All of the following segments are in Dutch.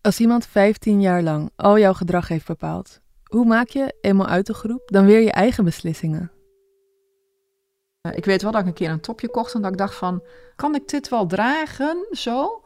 Als iemand 15 jaar lang al jouw gedrag heeft bepaald, hoe maak je, eenmaal uit de groep, dan weer je eigen beslissingen? Ik weet wel dat ik een keer een topje kocht en dat ik dacht van, kan ik dit wel dragen, zo?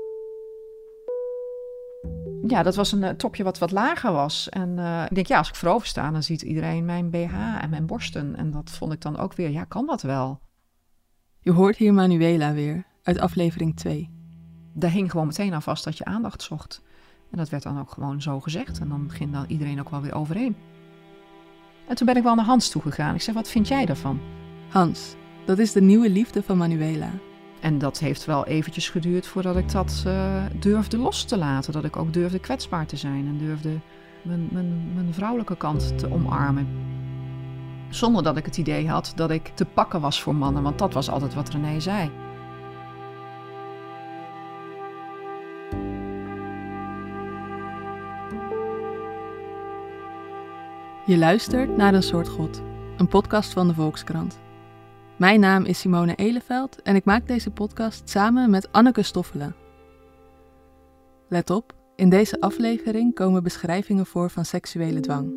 Ja, dat was een topje wat lager was. En ik denk, ja, als ik voorover sta, dan ziet iedereen mijn BH en mijn borsten. En dat vond ik dan ook weer, ja, kan dat wel? Je hoort hier Manuela weer, uit aflevering 2. Daar hing gewoon meteen aan vast dat je aandacht zocht. En dat werd dan ook gewoon zo gezegd. En dan ging dan iedereen ook wel weer overeen. En toen ben ik wel naar Hans toegegaan. Ik zeg, wat vind jij daarvan? Hans, dat is de nieuwe liefde van Manuela. En dat heeft wel eventjes geduurd voordat ik dat durfde los te laten. Dat ik ook durfde kwetsbaar te zijn en durfde mijn vrouwelijke kant te omarmen. Zonder dat ik het idee had dat ik te pakken was voor mannen, want dat was altijd wat René zei. Je luistert naar Een Soort God, een podcast van de Volkskrant. Mijn naam is Simone Eleveld en ik maak deze podcast samen met Anneke Stoffelen. Let op, in deze aflevering komen beschrijvingen voor van seksuele dwang.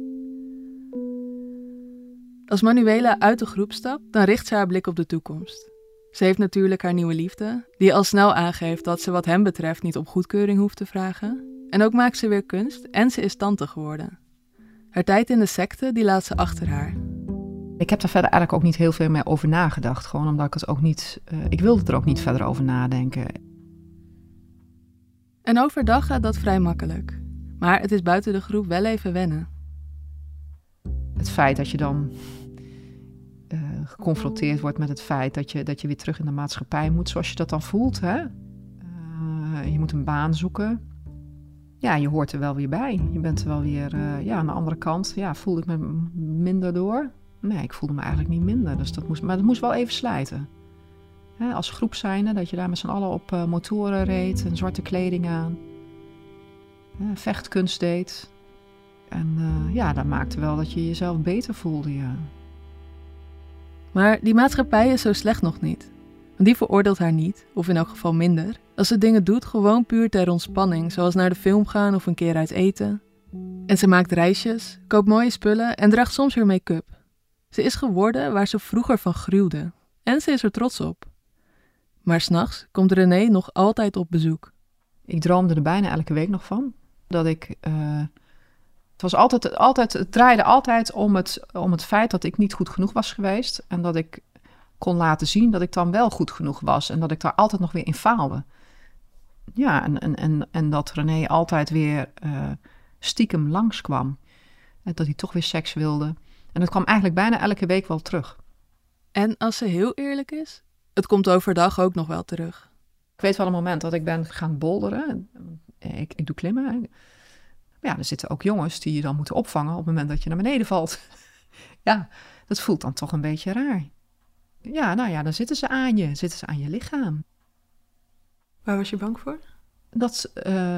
Als Manuela uit de groep stapt, dan richt ze haar blik op de toekomst. Ze heeft natuurlijk haar nieuwe liefde, die al snel aangeeft dat ze wat hem betreft niet op goedkeuring hoeft te vragen. En ook maakt ze weer kunst en ze is tante geworden. Haar tijd in de secte, die laat ze achter haar. Ik heb daar verder eigenlijk ook niet heel veel meer over nagedacht. Gewoon omdat ik het ook niet... ik wilde er ook niet verder over nadenken. En overdag gaat dat vrij makkelijk. Maar het is buiten de groep wel even wennen. Het feit dat je dan geconfronteerd wordt met het feit dat je weer terug in de maatschappij moet, zoals je dat dan voelt. Hè? Je moet een baan zoeken. Ja, je hoort er wel weer bij. Je bent er wel weer... aan de andere kant voelde ik me minder door. Nee, ik voelde me eigenlijk niet minder. Dus maar dat moest wel even slijten. Hè, als groep zijnde, dat je daar met z'n allen op motoren reed en zwarte kleding aan. Vechtkunst deed. En dat maakte wel dat je jezelf beter voelde, ja. Maar die maatschappij is zo slecht nog niet. Want die veroordeelt haar niet, of in elk geval minder, als ze dingen doet gewoon puur ter ontspanning, zoals naar de film gaan of een keer uit eten. En ze maakt reisjes, koopt mooie spullen en draagt soms weer make-up. Ze is geworden waar ze vroeger van gruwde. En ze is er trots op. Maar 's nachts komt René nog altijd op bezoek. Ik droomde er bijna elke week nog van. Dat ik... Het draaide altijd om het feit dat ik niet goed genoeg was geweest. En dat ik kon laten zien dat ik dan wel goed genoeg was. En dat ik daar altijd nog weer in faalde. Ja, en dat René altijd weer stiekem langskwam. En dat hij toch weer seks wilde. En dat kwam eigenlijk bijna elke week wel terug. En als ze heel eerlijk is, het komt overdag ook nog wel terug. Ik weet wel een moment dat ik ben gaan boulderen. Ik doe klimmen. Ja, er zitten ook jongens die je dan moeten opvangen op het moment dat je naar beneden valt. Ja, dat voelt dan toch een beetje raar. Ja, nou ja, dan zitten ze aan je lichaam. Waar was je bang voor? Dat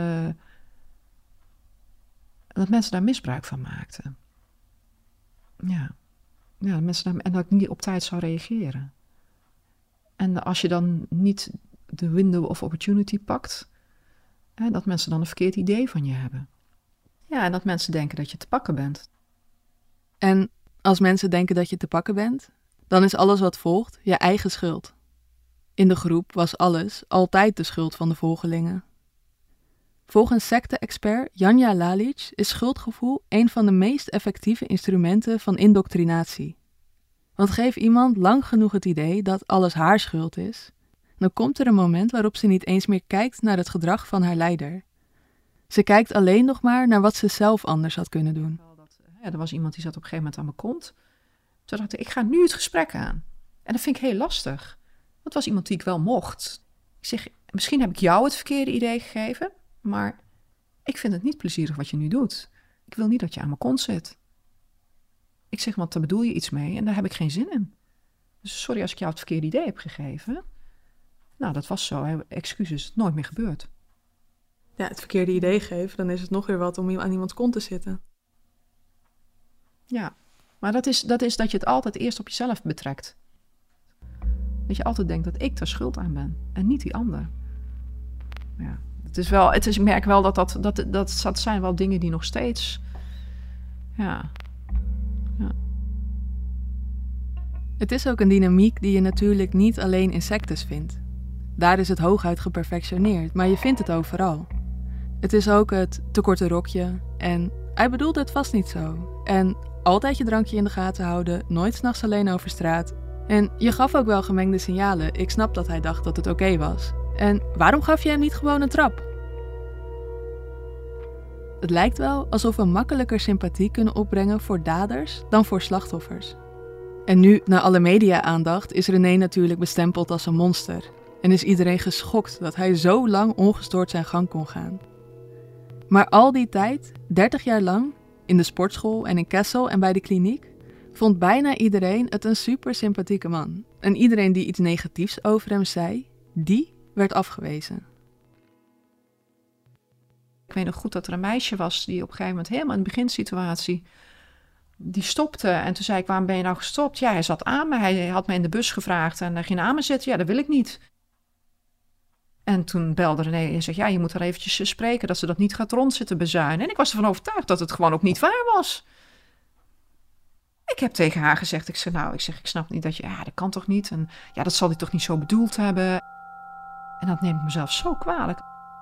mensen daar misbruik van maakten. Ja, en dat ik niet op tijd zou reageren. En als je dan niet de window of opportunity pakt, dat mensen dan een verkeerd idee van je hebben. Ja, en dat mensen denken dat je te pakken bent. En als mensen denken dat je te pakken bent, dan is alles wat volgt je eigen schuld. In de groep was alles altijd de schuld van de volgelingen. Volgens secte-expert Janja Lalich is schuldgevoel een van de meest effectieve instrumenten van indoctrinatie. Want geef iemand lang genoeg het idee dat alles haar schuld is, dan komt er een moment waarop ze niet eens meer kijkt naar het gedrag van haar leider. Ze kijkt alleen nog maar naar wat ze zelf anders had kunnen doen. Er was iemand die zat op een gegeven moment aan mijn kont. Toen dacht ik ga nu het gesprek aan. En dat vind ik heel lastig. Dat was iemand die ik wel mocht. Ik zeg, misschien heb ik jou het verkeerde idee gegeven, maar ik vind het niet plezierig wat je nu doet. Ik wil niet dat je aan mijn kont zit. Ik zeg, want daar bedoel je iets mee en daar heb ik geen zin in. Dus sorry als ik jou het verkeerde idee heb gegeven. Nou, dat was zo. Excuses, nooit meer gebeurd. Ja, het verkeerde idee geven, dan is het nog weer wat om aan iemands kont te zitten. Ja, maar dat is dat je het altijd eerst op jezelf betrekt. Dat je altijd denkt dat ik er schuld aan ben en niet die ander. Ja, Ik merk wel dat zijn wel dingen die nog steeds... Ja. Het is ook een dynamiek die je natuurlijk niet alleen in sectes vindt. Daar is het hooguit geperfectioneerd, maar je vindt het overal. Het is ook het te korte rokje en hij bedoelde het vast niet zo. En altijd je drankje in de gaten houden, nooit 's nachts alleen over straat. En je gaf ook wel gemengde signalen, ik snap dat hij dacht dat het oké was. En waarom gaf je hem niet gewoon een trap? Het lijkt wel alsof we makkelijker sympathie kunnen opbrengen voor daders dan voor slachtoffers. En nu, na alle media-aandacht, is René natuurlijk bestempeld als een monster. En is iedereen geschokt dat hij zo lang ongestoord zijn gang kon gaan. Maar al die tijd, 30 jaar lang, in de sportschool en in Kessel en bij de kliniek, vond bijna iedereen het een super sympathieke man. En iedereen die iets negatiefs over hem zei, die werd afgewezen. Ik weet nog goed dat er een meisje was die op een gegeven moment helemaal in de beginsituatie... Die stopte en toen zei ik, waarom ben je nou gestopt? Ja, hij zat aan me, hij had me in de bus gevraagd en hij ging aan me zitten. Ja, dat wil ik niet. En toen belde René en zei, ja, je moet haar eventjes spreken dat ze dat niet gaat rondzitten bezuinen. En ik was ervan overtuigd dat het gewoon ook niet waar was. Ik heb tegen haar gezegd, ik snap niet dat je, ja, dat kan toch niet? En ja, dat zal hij toch niet zo bedoeld hebben? En dat neem ik mezelf zo kwalijk.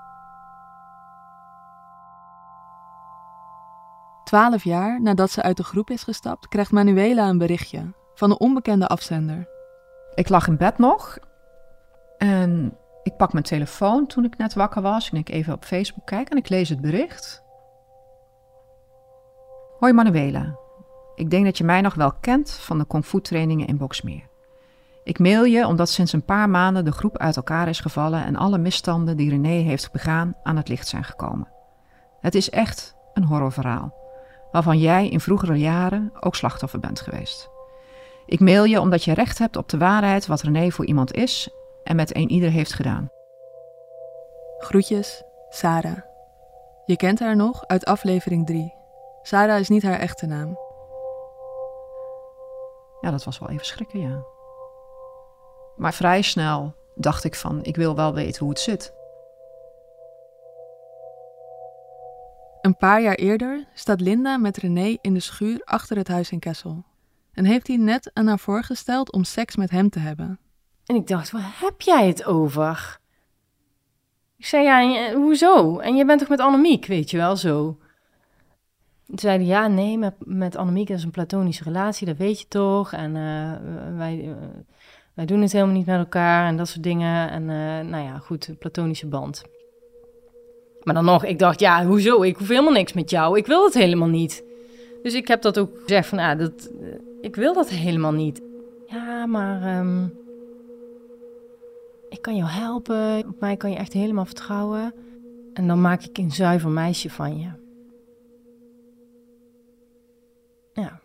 12 jaar nadat ze uit de groep is gestapt, krijgt Manuela een berichtje van een onbekende afzender. Ik lag in bed nog en ik pak mijn telefoon toen ik net wakker was. Ik denk even op Facebook kijken en ik lees het bericht. Hoi Manuela, ik denk dat je mij nog wel kent van de kung fu trainingen in Boxmeer. Ik mail je omdat sinds een paar maanden de groep uit elkaar is gevallen en alle misstanden die René heeft begaan aan het licht zijn gekomen. Het is echt een horrorverhaal, waarvan jij in vroegere jaren ook slachtoffer bent geweest. Ik mail je omdat je recht hebt op de waarheid wat René voor iemand is en met ieder heeft gedaan. Groetjes, Sarah. Je kent haar nog uit aflevering 3. Sarah is niet haar echte naam. Ja, dat was wel even schrikken, ja. Maar vrij snel dacht ik van, ik wil wel weten hoe het zit. Een paar jaar eerder staat Linda met René in de schuur achter het huis in Kessel. En heeft hij net aan haar voorgesteld om seks met hem te hebben. En ik dacht, waar heb jij het over? Ik zei, ja, hoezo? En je bent toch met Annemiek, weet je wel, zo. Toen zei hij, ja, nee, met Annemiek is een platonische relatie, dat weet je toch. En wij doen het helemaal niet met elkaar en dat soort dingen. En nou ja, goed, een platonische band. Maar dan nog, ik dacht, ja, hoezo? Ik hoef helemaal niks met jou. Ik wil het helemaal niet. Dus ik heb dat ook gezegd van, ik wil dat helemaal niet. Ja, maar ik kan jou helpen. Op mij kan je echt helemaal vertrouwen. En dan maak ik een zuiver meisje van je. Ja.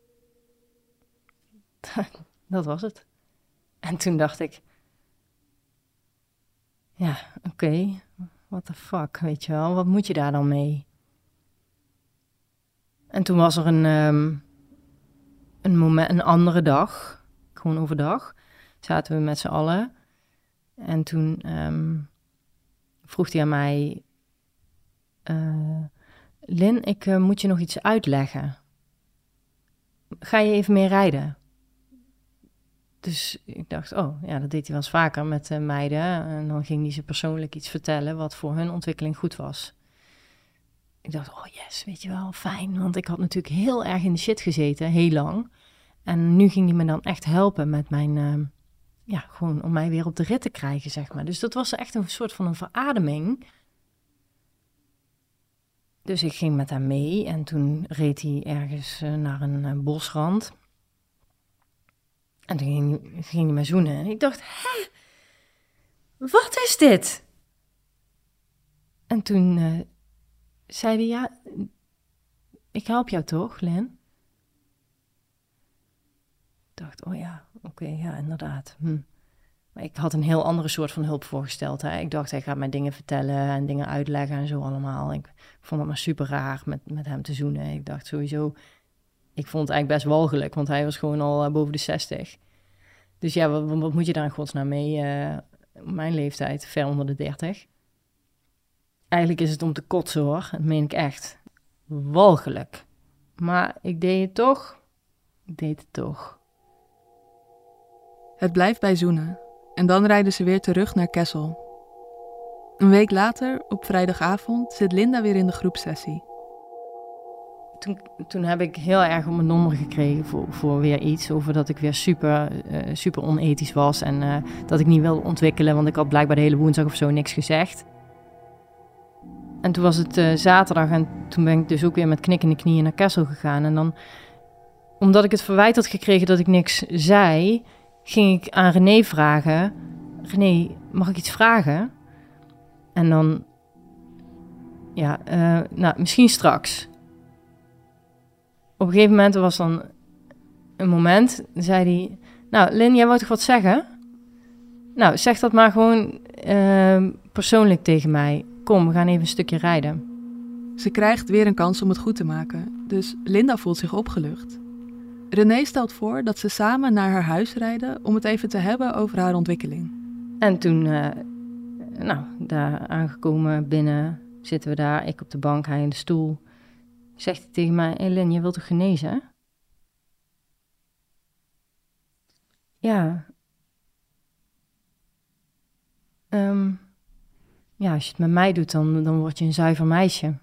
Dat was het. En toen dacht ik, ja, oké. What the fuck, weet je wel? Wat moet je daar dan mee? En toen was er een andere dag, gewoon overdag, zaten we met z'n allen. En toen vroeg hij aan mij, Lin, ik moet je nog iets uitleggen. Ga je even mee rijden? Dus ik dacht, oh, ja, dat deed hij wel eens vaker met meiden. En dan ging hij ze persoonlijk iets vertellen wat voor hun ontwikkeling goed was. Ik dacht, oh yes, weet je wel, fijn. Want ik had natuurlijk heel erg in de shit gezeten, heel lang. En nu ging hij me dan echt helpen met mijn, gewoon om mij weer op de rit te krijgen, zeg maar. Dus dat was echt een soort van een verademing. Dus ik ging met hem mee en toen reed hij ergens naar een bosrand. En toen ging hij me zoenen. En ik dacht, hè? Wat is dit? En toen zei hij, ja, ik help jou toch, Lin? Ik dacht, oh ja, oké, ja, inderdaad. Maar ik had een heel andere soort van hulp voorgesteld. Hè? Ik dacht, hij gaat mij dingen vertellen en dingen uitleggen en zo allemaal. Ik vond het maar super raar met hem te zoenen. Ik dacht sowieso, ik vond het eigenlijk best walgelijk, want hij was gewoon al boven de 60. Dus ja, wat moet je daar in godsnaam mee? Mijn leeftijd, ver onder de 30. Eigenlijk is het om te kotsen hoor, dat meen ik echt. Walgelijk. Maar ik deed het toch. Het blijft bij zoenen en dan rijden ze weer terug naar Kessel. Een week later, op vrijdagavond, zit Linda weer in de groepsessie. Toen heb ik heel erg op mijn donder gekregen voor weer iets. Over dat ik weer super onethisch was en dat ik niet wilde ontwikkelen. Want ik had blijkbaar de hele woensdag of zo niks gezegd. En toen was het zaterdag en toen ben ik dus ook weer met knikkende knieën naar Kessel gegaan. En dan, omdat ik het verwijt had gekregen dat ik niks zei, ging ik aan René vragen. René, mag ik iets vragen? En dan, misschien straks. Op een gegeven moment was dan een moment, zei hij, nou Lin, jij wou toch wat zeggen? Nou, zeg dat maar gewoon persoonlijk tegen mij. Kom, we gaan even een stukje rijden. Ze krijgt weer een kans om het goed te maken, dus Linda voelt zich opgelucht. René stelt voor dat ze samen naar haar huis rijden om het even te hebben over haar ontwikkeling. En toen, daar aangekomen binnen, zitten we daar, ik op de bank, hij in de stoel. Zegt hij tegen mij, hey Lin, je wilt toch genezen, hè? Ja. Als je het met mij doet, dan word je een zuiver meisje.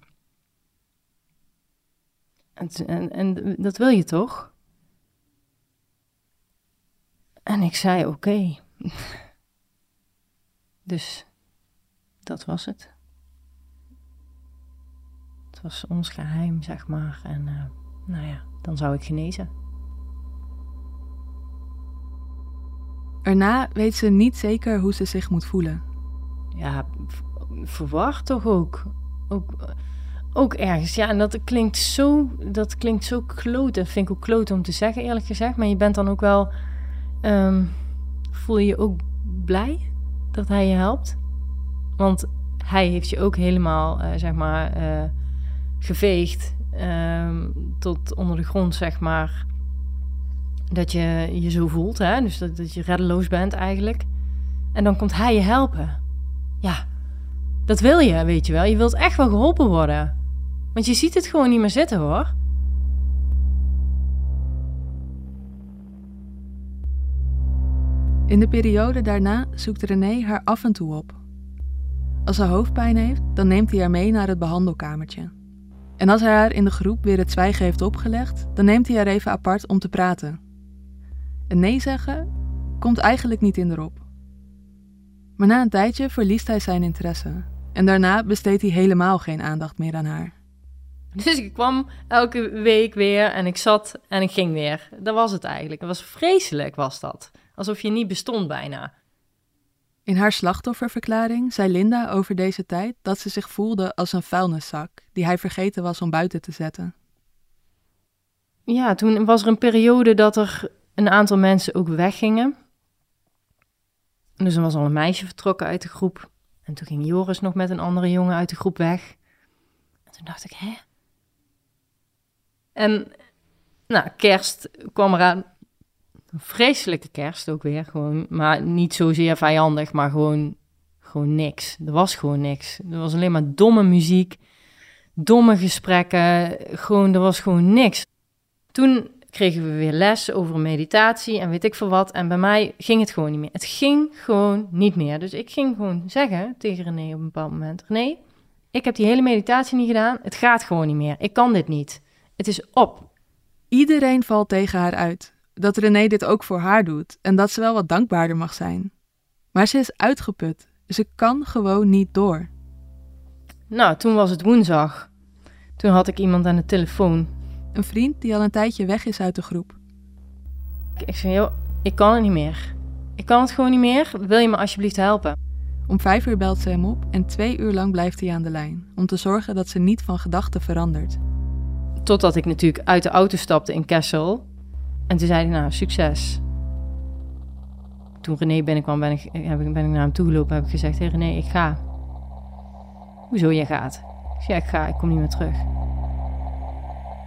En dat wil je toch? En ik zei, oké. Dus dat was het. Het was ons geheim, zeg maar. En dan zou ik genezen. Erna weet ze niet zeker hoe ze zich moet voelen. Ja, verwacht toch ook. Ook ergens. Ja, en dat klinkt zo kloot. Dat vind ik ook kloot om te zeggen, eerlijk gezegd. Maar je bent dan ook wel... voel je je ook blij dat hij je helpt? Want hij heeft je ook helemaal, geveegd tot onder de grond, zeg maar. Dat je je zo voelt, hè? Dus dat je reddeloos bent eigenlijk. En dan komt hij je helpen. Ja, dat wil je, weet je wel. Je wilt echt wel geholpen worden. Want je ziet het gewoon niet meer zitten, hoor. In de periode daarna zoekt René haar af en toe op. Als ze hoofdpijn heeft, dan neemt hij haar mee naar het behandelkamertje. En als hij haar in de groep weer het zwijgen heeft opgelegd, dan neemt hij haar even apart om te praten. En nee zeggen komt eigenlijk niet in de op. Maar na een tijdje verliest hij zijn interesse. En daarna besteedt hij helemaal geen aandacht meer aan haar. Dus ik kwam elke week weer en ik zat en ik ging weer. Dat was het eigenlijk. Het was vreselijk, was dat. Alsof je niet bestond bijna. In haar slachtofferverklaring zei Linda over deze tijd dat ze zich voelde als een vuilniszak die hij vergeten was om buiten te zetten. Ja, toen was er een periode dat er een aantal mensen ook weggingen. Dus er was al een meisje vertrokken uit de groep. En toen ging Joris nog met een andere jongen uit de groep weg. En toen dacht ik, hè? En, kerst kwam eraan. Een vreselijke kerst ook weer, gewoon. Maar niet zozeer vijandig, maar gewoon niks. Er was gewoon niks. Er was alleen maar domme muziek, domme gesprekken. Er was gewoon niks. Toen kregen we weer les over meditatie en weet ik veel wat. En bij mij ging het gewoon niet meer. Het ging gewoon niet meer. Dus ik ging gewoon zeggen tegen René op een bepaald moment: René, ik heb die hele meditatie niet gedaan. Het gaat gewoon niet meer. Ik kan dit niet. Het is op. Iedereen valt tegen haar uit. Dat René dit ook voor haar doet en dat ze wel wat dankbaarder mag zijn. Maar ze is uitgeput. Ze kan gewoon niet door. Nou, toen was het woensdag. Toen had ik iemand aan de telefoon. Een vriend die al een tijdje weg is uit de groep. Ik zei, joh, ik kan het niet meer. Ik kan het gewoon niet meer. Wil je me alsjeblieft helpen? Om 5 uur belt ze hem op en 2 uur lang blijft hij aan de lijn. Om te zorgen dat ze niet van gedachten verandert. Totdat ik natuurlijk uit de auto stapte in Kessel. En toen zei hij, nou, succes. Toen René binnenkwam, ben ik naar hem toegelopen en heb ik gezegd, hey René, ik ga. Hoezo jij gaat? Ik zei, ja, ik ga, ik kom niet meer terug.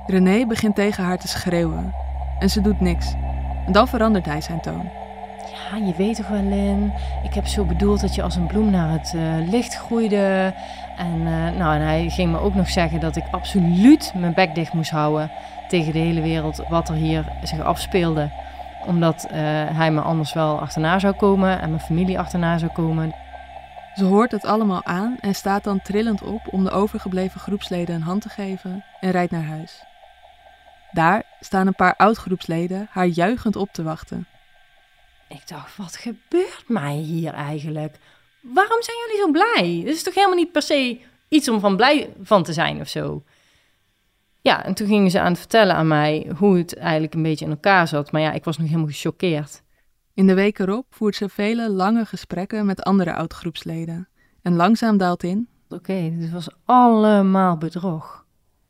René begint tegen haar te schreeuwen. En ze doet niks. En dan verandert hij zijn toon. Ja, ja, je weet toch wel, Lin, ik heb zo bedoeld dat je als een bloem naar het licht groeide. En hij ging me ook nog zeggen dat ik absoluut mijn bek dicht moest houden tegen de hele wereld wat er hier zich afspeelde. Omdat hij me anders wel achterna zou komen en mijn familie achterna zou komen. Ze hoort het allemaal aan en staat dan trillend op om de overgebleven groepsleden een hand te geven en rijdt naar huis. Daar staan een paar oud-groepsleden haar juichend op te wachten. Ik dacht, wat gebeurt mij hier eigenlijk? Waarom zijn jullie zo blij? Het is toch helemaal niet per se iets om van blij van te zijn of zo? Ja, en toen gingen ze aan het vertellen aan mij hoe het eigenlijk een beetje in elkaar zat. Maar ja, ik was nog helemaal gechoqueerd. In de week erop voert ze vele lange gesprekken met andere oud-groepsleden. En langzaam daalt in. Oké, dit was allemaal bedrog.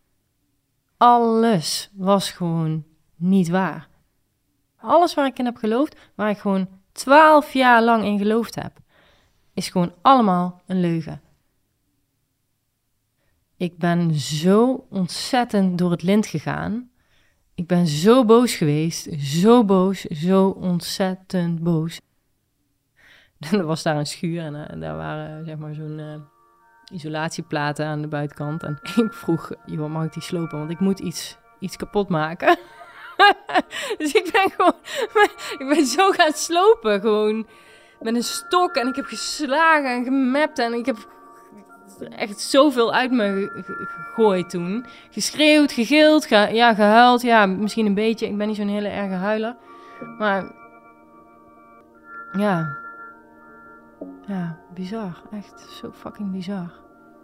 Alles was gewoon niet waar. Alles waar ik in heb geloofd, waar ik gewoon 12 jaar lang in geloofd heb, is gewoon allemaal een leugen. Ik ben zo ontzettend door het lint gegaan. Ik ben zo boos geweest, zo ontzettend boos. Er was daar een schuur en daar waren zeg maar zo'n isolatieplaten aan de buitenkant. En ik vroeg, joh, mag ik die slopen? Want ik moet iets kapot maken. Dus ik ben zo gaan slopen gewoon met een stok. En ik heb geslagen en gemapt en ik heb echt zoveel uit me gegooid toen. Geschreeuwd, gegild, gehuild. Ja, misschien een beetje. Ik ben niet zo'n hele erge huiler. Maar ja, bizar. Echt zo fucking bizar.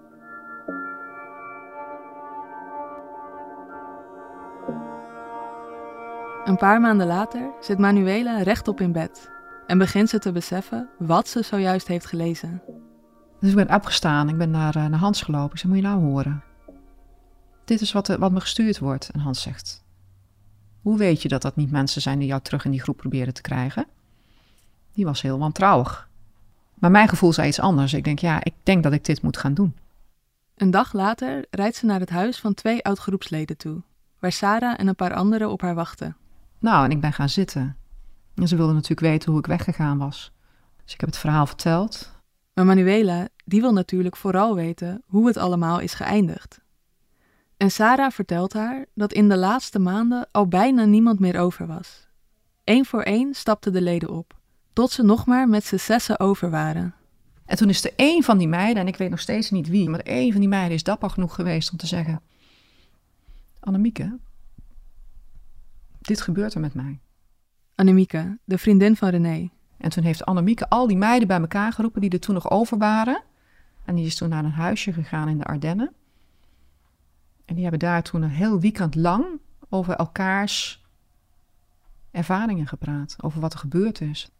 Een paar maanden later zit Manuela rechtop in bed en begint ze te beseffen wat ze zojuist heeft gelezen. Dus ik ben opgestaan, ik ben naar Hans gelopen. Ik zei, moet je nou horen? Dit is wat me gestuurd wordt. En Hans zegt, hoe weet je dat dat niet mensen zijn die jou terug in die groep proberen te krijgen? Die was heel wantrouwig. Maar mijn gevoel zei iets anders. Ik denk dat ik dit moet gaan doen. Een dag later rijdt ze naar het huis van 2 oud-groepsleden toe, waar Sarah en een paar anderen op haar wachten. Nou, en ik ben gaan zitten. En ze wilden natuurlijk weten hoe ik weggegaan was. Dus ik heb het verhaal verteld. Maar Manuela, die wil natuurlijk vooral weten hoe het allemaal is geëindigd. En Sarah vertelt haar dat in de laatste maanden al bijna niemand meer over was. 1 voor 1 stapten de leden op, tot ze nog maar met z'n 6 over waren. En toen is er 1 van die meiden, en ik weet nog steeds niet wie, maar 1 van die meiden is dapper genoeg geweest om te zeggen, Annemieke, dit gebeurt er met mij. Annemieke, de vriendin van René. En toen heeft Annemieke al die meiden bij elkaar geroepen die er toen nog over waren. En die is toen naar een huisje gegaan in de Ardennen. En die hebben daar toen een heel weekend lang over elkaars ervaringen gepraat. Over wat er gebeurd is.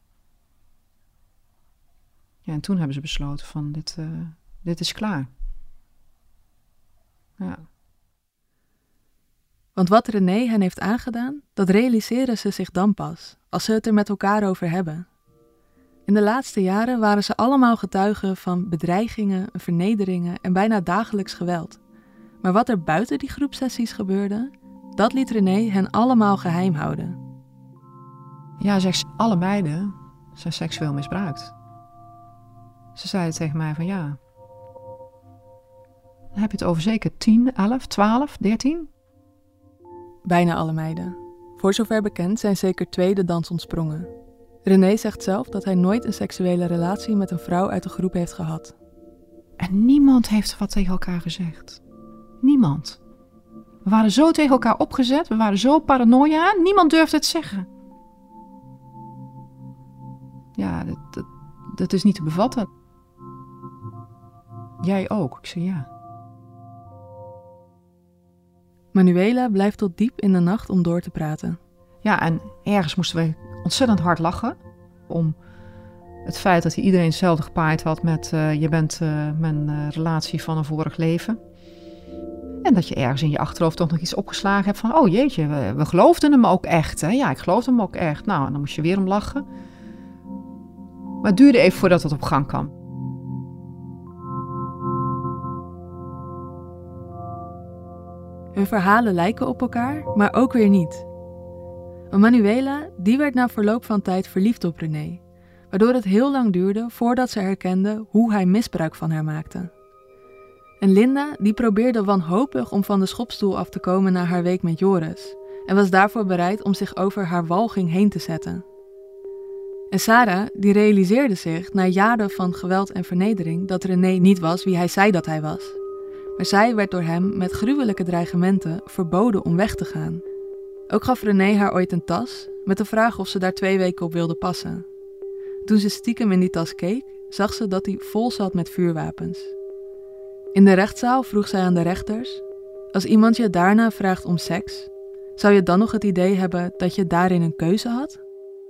Ja, en toen hebben ze besloten van dit is klaar. Ja. Want wat René hen heeft aangedaan, dat realiseren ze zich dan pas, als ze het er met elkaar over hebben. In de laatste jaren waren ze allemaal getuigen van bedreigingen, vernederingen en bijna dagelijks geweld. Maar wat er buiten die groepsessies gebeurde, dat liet René hen allemaal geheim houden. Ja, zegt ze, alle meiden zijn seksueel misbruikt. Ze zeiden tegen mij van ja, dan heb je het over zeker 10, 11, 12, 13? Bijna alle meiden. Voor zover bekend zijn zeker 2 de dans ontsprongen. René zegt zelf dat hij nooit een seksuele relatie met een vrouw uit de groep heeft gehad. En niemand heeft wat tegen elkaar gezegd. Niemand. We waren zo tegen elkaar opgezet, we waren zo paranoia, niemand durfde het zeggen. Ja, dat is niet te bevatten. Jij ook? Ik zei ja. Manuela blijft tot diep in de nacht om door te praten. Ja, en ergens moesten we ontzettend hard lachen om het feit dat hij iedereen hetzelfde gepaaid had met je bent mijn relatie van een vorig leven. En dat je ergens in je achterhoofd toch nog iets opgeslagen hebt van, oh jeetje, we geloofden hem ook echt. Hè? Ja, ik geloofde hem ook echt. Nou, en dan moest je weer om lachen. Maar het duurde even voordat het op gang kwam. Hun verhalen lijken op elkaar, maar ook weer niet. Want Manuela, die werd na verloop van tijd verliefd op René. waardoor het heel lang duurde voordat ze herkende hoe hij misbruik van haar maakte. En Linda die probeerde wanhopig om van de schopstoel af te komen na haar week met Joris en was daarvoor bereid om zich over haar walging heen te zetten. En Sarah die realiseerde zich na jaren van geweld en vernedering dat René niet was wie hij zei dat hij was. Maar zij werd door hem met gruwelijke dreigementen verboden om weg te gaan. Ook gaf René haar ooit een tas met de vraag of ze daar 2 weken op wilde passen. Toen ze stiekem in die tas keek, zag ze dat die vol zat met vuurwapens. In de rechtszaal vroeg zij aan de rechters: als iemand je daarna vraagt om seks, zou je dan nog het idee hebben dat je daarin een keuze had?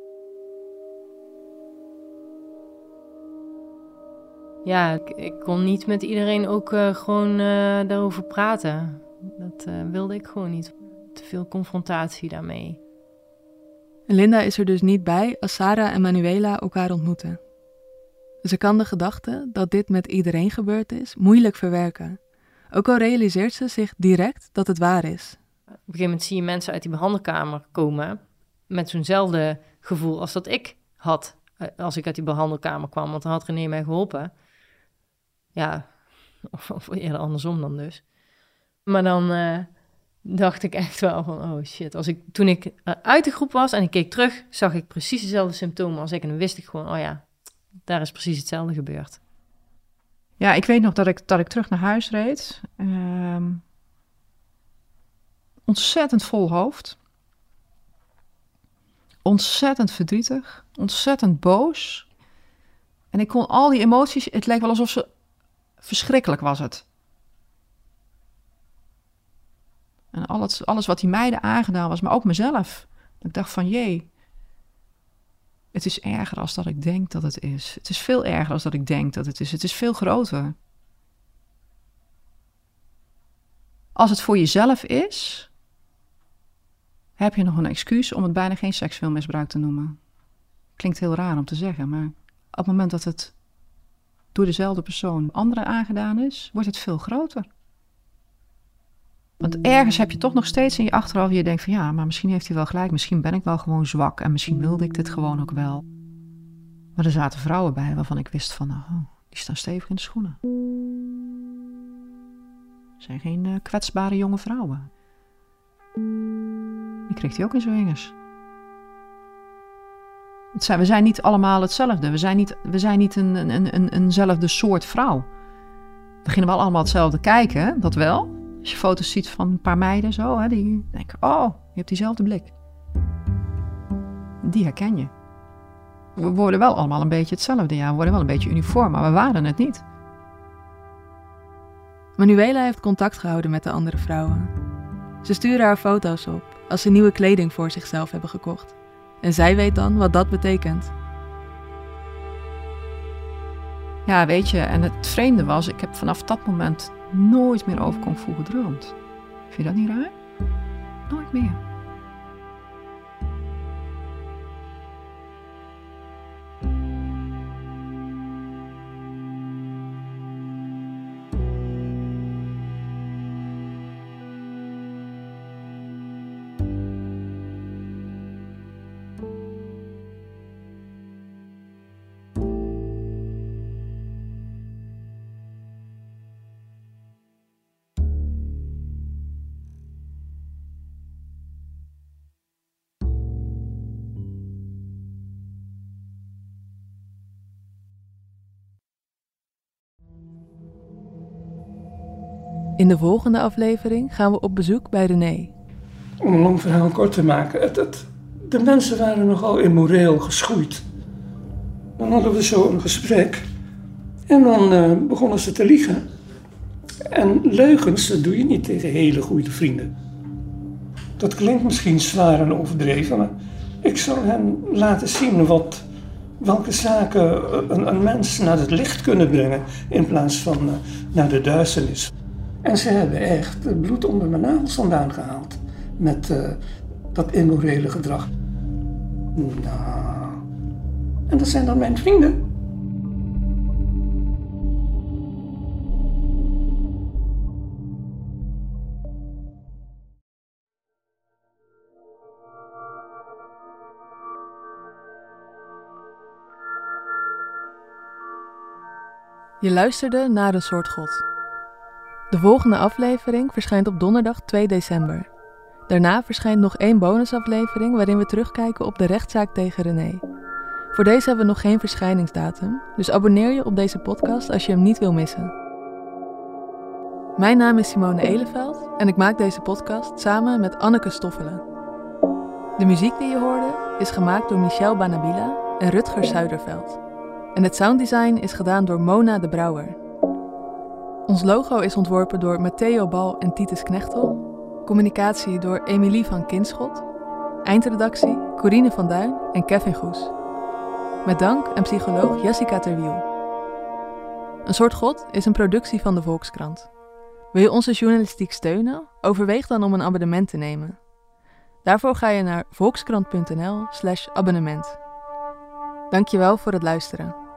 Ja, ik kon niet met iedereen ook gewoon daarover praten. Dat wilde ik gewoon niet. Te veel confrontatie daarmee. Linda is er dus niet bij als Sarah en Manuela elkaar ontmoeten. Ze kan de gedachte dat dit met iedereen gebeurd is moeilijk verwerken. Ook al realiseert ze zich direct dat het waar is. Op een gegeven moment zie je mensen uit die behandelkamer komen met zo'nzelfde gevoel als dat ik had als ik uit die behandelkamer kwam. Want dan had René mij geholpen. Ja, of eerder andersom dan dus. Maar dan dacht ik echt wel van, oh shit. Toen ik uit de groep was en ik keek terug, zag ik precies dezelfde symptomen als ik. En dan wist ik gewoon, oh ja, daar is precies hetzelfde gebeurd. Ja, ik weet nog dat ik terug naar huis reed. Ontzettend vol hoofd. Ontzettend verdrietig. Ontzettend boos. En ik kon al die emoties, het leek wel alsof ze verschrikkelijk was het. En alles wat die meiden aangedaan was, maar ook mezelf. Ik dacht van, jee, het is erger als dat ik denk dat het is. Het is veel erger als dat ik denk dat het is. Het is veel groter. Als het voor jezelf is, heb je nog een excuus om het bijna geen seksueel misbruik te noemen. Klinkt heel raar om te zeggen, maar op het moment dat het door dezelfde persoon anderen aangedaan is, wordt het veel groter. Want ergens heb je toch nog steeds in je achterhoofd, je denkt van ja, maar misschien heeft hij wel gelijk, misschien ben ik wel gewoon zwak en misschien wilde ik dit gewoon ook wel. Maar er zaten vrouwen bij waarvan ik wist van, oh, die staan stevig in de schoenen. Het zijn geen kwetsbare jonge vrouwen. Die kreeg hij ook in zijn vingers. We zijn niet allemaal hetzelfde. We zijn niet eenzelfde soort vrouw. We beginnen wel allemaal hetzelfde kijken, dat wel. Als je foto's ziet van een paar meiden zo, hè, die denken, oh, je hebt diezelfde blik. Die herken je. We worden wel allemaal een beetje hetzelfde, ja. We worden wel een beetje uniform, maar we waren het niet. Manuela heeft contact gehouden met de andere vrouwen. Ze sturen haar foto's op als ze nieuwe kleding voor zichzelf hebben gekocht. En zij weet dan wat dat betekent. Ja, weet je, en het vreemde was, ik heb vanaf dat moment nooit meer over kung fu gedroomd. Vind je dat niet raar? Nooit meer. In de volgende aflevering gaan we op bezoek bij René. Om een lang verhaal kort te maken, de mensen waren nogal immoreel geschoeid. Dan hadden we zo een gesprek en dan begonnen ze te liegen. En leugens, dat doe je niet tegen hele goede vrienden. Dat klinkt misschien zwaar en overdreven, maar ik zal hen laten zien welke zaken een mens naar het licht kunnen brengen in plaats van naar de duisternis. En ze hebben echt het bloed onder mijn nagels vandaan gehaald met dat immorele gedrag. Nou, en dat zijn dan mijn vrienden. Je luisterde naar Een soort God. De volgende aflevering verschijnt op donderdag 2 december. Daarna verschijnt nog 1 bonusaflevering waarin we terugkijken op de rechtszaak tegen René. Voor deze hebben we nog geen verschijningsdatum, dus abonneer je op deze podcast als je hem niet wil missen. Mijn naam is Simone Eleveld en ik maak deze podcast samen met Anneke Stoffelen. De muziek die je hoorde is gemaakt door Michel Banabila en Rutger Zuiderveld. En het sounddesign is gedaan door Mona de Brouwer. Ons logo is ontworpen door Matteo Bal en Titus Knechtel. Communicatie door Emilie van Kinschot. Eindredactie Corine van Duin en Kevin Goes. Met dank aan psycholoog Jessica Terwiel. Een soort God is een productie van de Volkskrant. Wil je onze journalistiek steunen? Overweeg dan om een abonnement te nemen. Daarvoor ga je naar volkskrant.nl/abonnement. Dankjewel voor het luisteren.